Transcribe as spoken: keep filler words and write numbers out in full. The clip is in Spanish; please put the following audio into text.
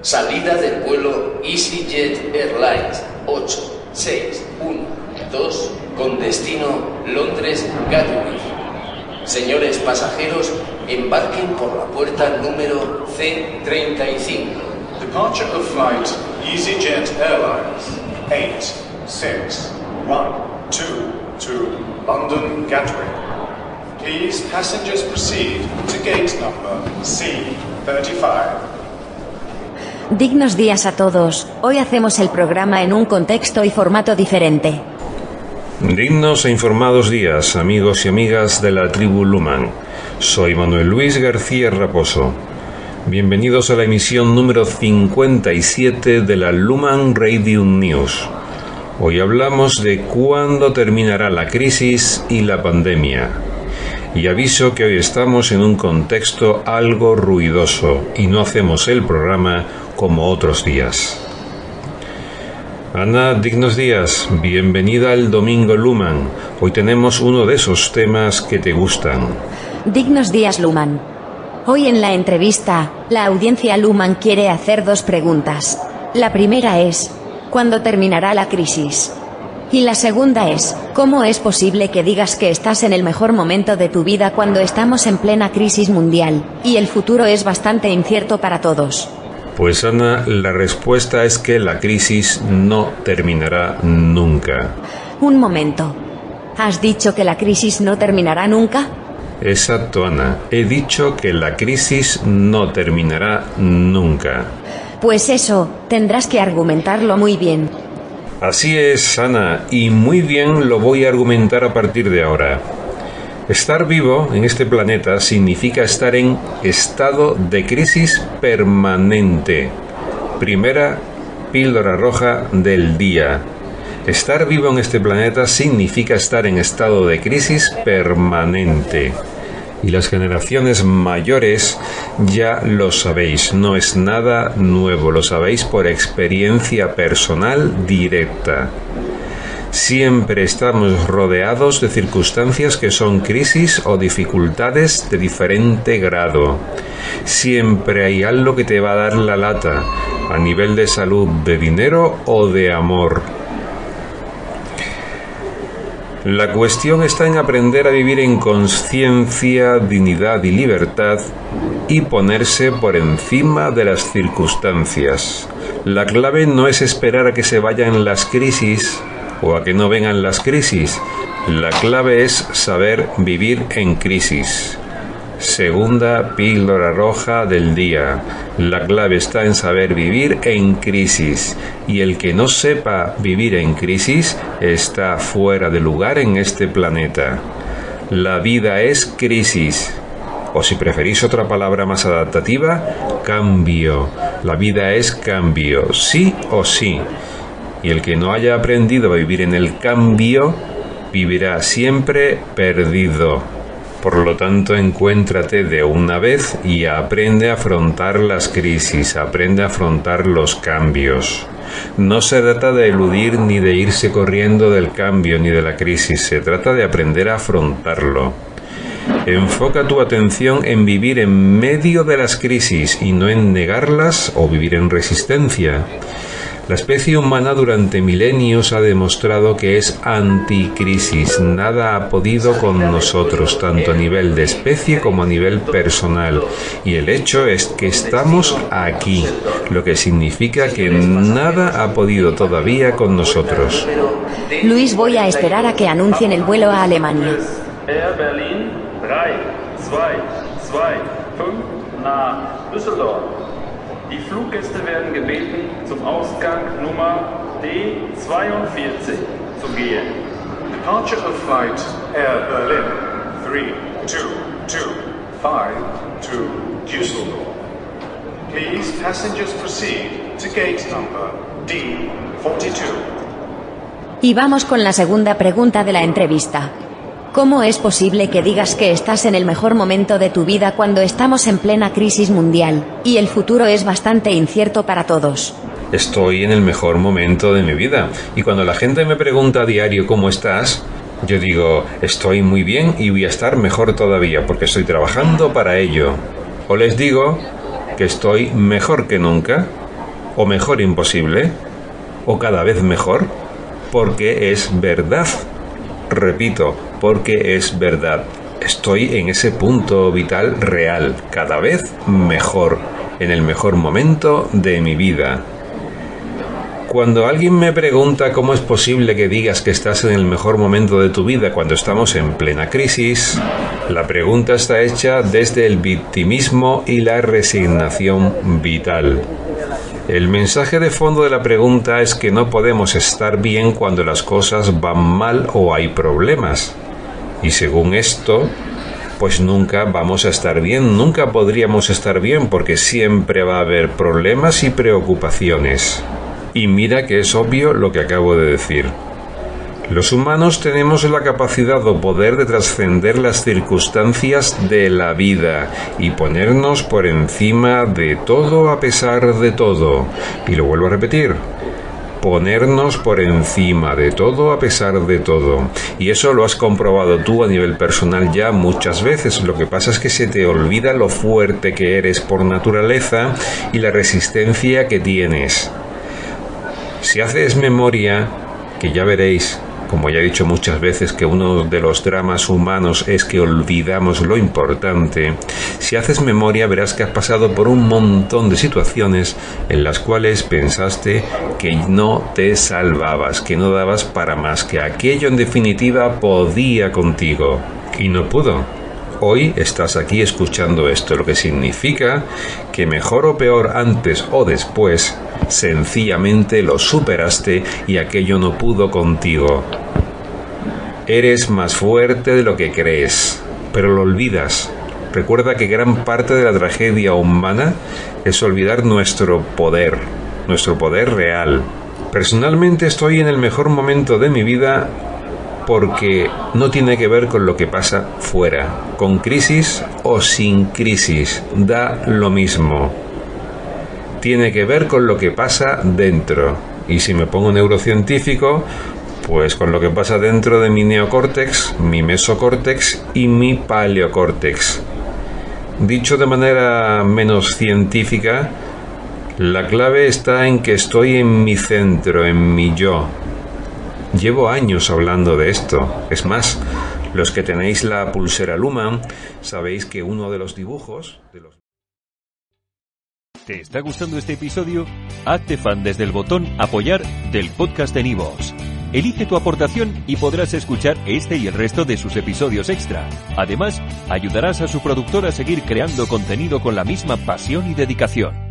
Salida del vuelo EasyJet Airlines ocho seis uno dos con destino Londres Gatwick. Señores pasajeros, embarquen por la puerta número C treinta y cinco. Departure of flight EasyJet Airlines eight six one two to London Gatwick. Please passengers proceed to gate number C thirty-five. Dignos días a todos. Hoy hacemos el programa en un contexto y formato diferente. Dignos e informados días, amigos y amigas de la tribu Luhmann. Soy Manuel Luis García Raposo. Bienvenidos a la emisión número cincuenta y siete de la Luhmann Radio News. Hoy hablamos de cuándo terminará la crisis y la pandemia. Y aviso que hoy estamos en un contexto algo ruidoso y no hacemos el programa como otros días. Ana, dignos días, bienvenida al Domingo Luhmann. Hoy tenemos uno de esos temas que te gustan. Dignos días, Luhmann. Hoy en la entrevista, la audiencia Luhmann quiere hacer dos preguntas. La primera es, ¿cuándo terminará la crisis? Y la segunda es, ¿cómo es posible que digas que estás en el mejor momento de tu vida cuando estamos en plena crisis mundial, y el futuro es bastante incierto para todos? Pues Ana, la respuesta es que la crisis no terminará nunca. Un momento. ¿Has dicho que la crisis no terminará nunca? Exacto, Ana. He dicho que la crisis no terminará nunca. Pues eso, tendrás que argumentarlo muy bien. Así es, Ana, y muy bien lo voy a argumentar a partir de ahora. Estar vivo en este planeta significa estar en estado de crisis permanente. Primera píldora roja del día. Estar vivo en este planeta significa estar en estado de crisis permanente. Y las generaciones mayores ya lo sabéis, no es nada nuevo, lo sabéis por experiencia personal directa. Siempre estamos rodeados de circunstancias que son crisis o dificultades de diferente grado. Siempre hay algo que te va a dar la lata, a nivel de salud, de dinero o de amor. La cuestión está en aprender a vivir en conciencia, dignidad y libertad y ponerse por encima de las circunstancias. La clave no es esperar a que se vayan las crisis o a que no vengan las crisis. La clave es saber vivir en crisis. Segunda píldora roja del día. La clave está en saber vivir en crisis. Y el que no sepa vivir en crisis está fuera de lugar en este planeta. La vida es crisis. O si preferís otra palabra más adaptativa, cambio. La vida es cambio, sí o sí. Y el que no haya aprendido a vivir en el cambio, vivirá siempre perdido. Por lo tanto, encuéntrate de una vez y aprende a afrontar las crisis, aprende a afrontar los cambios. No se trata de eludir ni de irse corriendo del cambio ni de la crisis, se trata de aprender a afrontarlo. Enfoca tu atención en vivir en medio de las crisis y no en negarlas o vivir en resistencia. La especie humana durante milenios ha demostrado que es anticrisis. Nada ha podido con nosotros, tanto a nivel de especie como a nivel personal. Y el hecho es que estamos aquí, lo que significa que nada ha podido todavía con nosotros. Luis, voy a esperar a que anuncien el vuelo a Alemania. Air Berlin drei zwei zwei fünf nach Düsseldorf. Die Fluggäste werden gebeten, zum Ausgang Nummer D zweiundvierzig zu gehen. Departure of flight Air Berlin three two two five to Düsseldorf. Please passengers proceed to gate number D forty-two. Y vamos con la segunda pregunta de la entrevista. ¿Cómo es posible que digas que estás en el mejor momento de tu vida cuando estamos en plena crisis mundial, y el futuro es bastante incierto para todos? Estoy en el mejor momento de mi vida, y cuando la gente me pregunta a diario ¿cómo estás?, yo digo, estoy muy bien y voy a estar mejor todavía, porque estoy trabajando para ello. O les digo que estoy mejor que nunca, o mejor imposible, o cada vez mejor, porque es verdad. Repito, porque es verdad. Estoy en ese punto vital real, cada vez mejor, en el mejor momento de mi vida. Cuando alguien me pregunta cómo es posible que digas que estás en el mejor momento de tu vida cuando estamos en plena crisis, la pregunta está hecha desde el victimismo y la resignación vital. El mensaje de fondo de la pregunta es que no podemos estar bien cuando las cosas van mal o hay problemas. Y según esto, pues nunca vamos a estar bien, nunca podríamos estar bien porque siempre va a haber problemas y preocupaciones. Y mira que es obvio lo que acabo de decir. Los humanos tenemos la capacidad o poder de trascender las circunstancias de la vida y ponernos por encima de todo a pesar de todo. Y lo vuelvo a repetir. Ponernos por encima de todo a pesar de todo. Y eso lo has comprobado tú a nivel personal ya muchas veces. Lo que pasa es que se te olvida lo fuerte que eres por naturaleza y la resistencia que tienes. Si haces memoria, que ya veréis, como ya he dicho muchas veces, que uno de los dramas humanos es que olvidamos lo importante. Si haces memoria verás que has pasado por un montón de situaciones en las cuales pensaste que no te salvabas, que no dabas para más, que aquello en definitiva podía contigo. Y no pudo. Hoy estás aquí escuchando esto, lo que significa que mejor o peor, antes o después, sencillamente lo superaste y aquello no pudo contigo. Eres más fuerte de lo que crees, pero lo olvidas. Recuerda que gran parte de la tragedia humana es olvidar nuestro poder, nuestro poder real. Personalmente estoy en el mejor momento de mi vida porque no tiene que ver con lo que pasa fuera, con crisis o sin crisis, da lo mismo. Tiene que ver con lo que pasa dentro. Y si me pongo neurocientífico, pues con lo que pasa dentro de mi neocórtex, mi mesocórtex y mi paleocórtex. Dicho de manera menos científica, la clave está en que estoy en mi centro, en mi yo. Llevo años hablando de esto. Es más, los que tenéis la pulsera Luhmann, sabéis que uno de los dibujos... De los... ¿Te está gustando este episodio? Hazte fan desde el botón Apoyar del podcast de Nivos. Elige tu aportación y podrás escuchar este y el resto de sus episodios extra. Además, ayudarás a su productor a seguir creando contenido con la misma pasión y dedicación.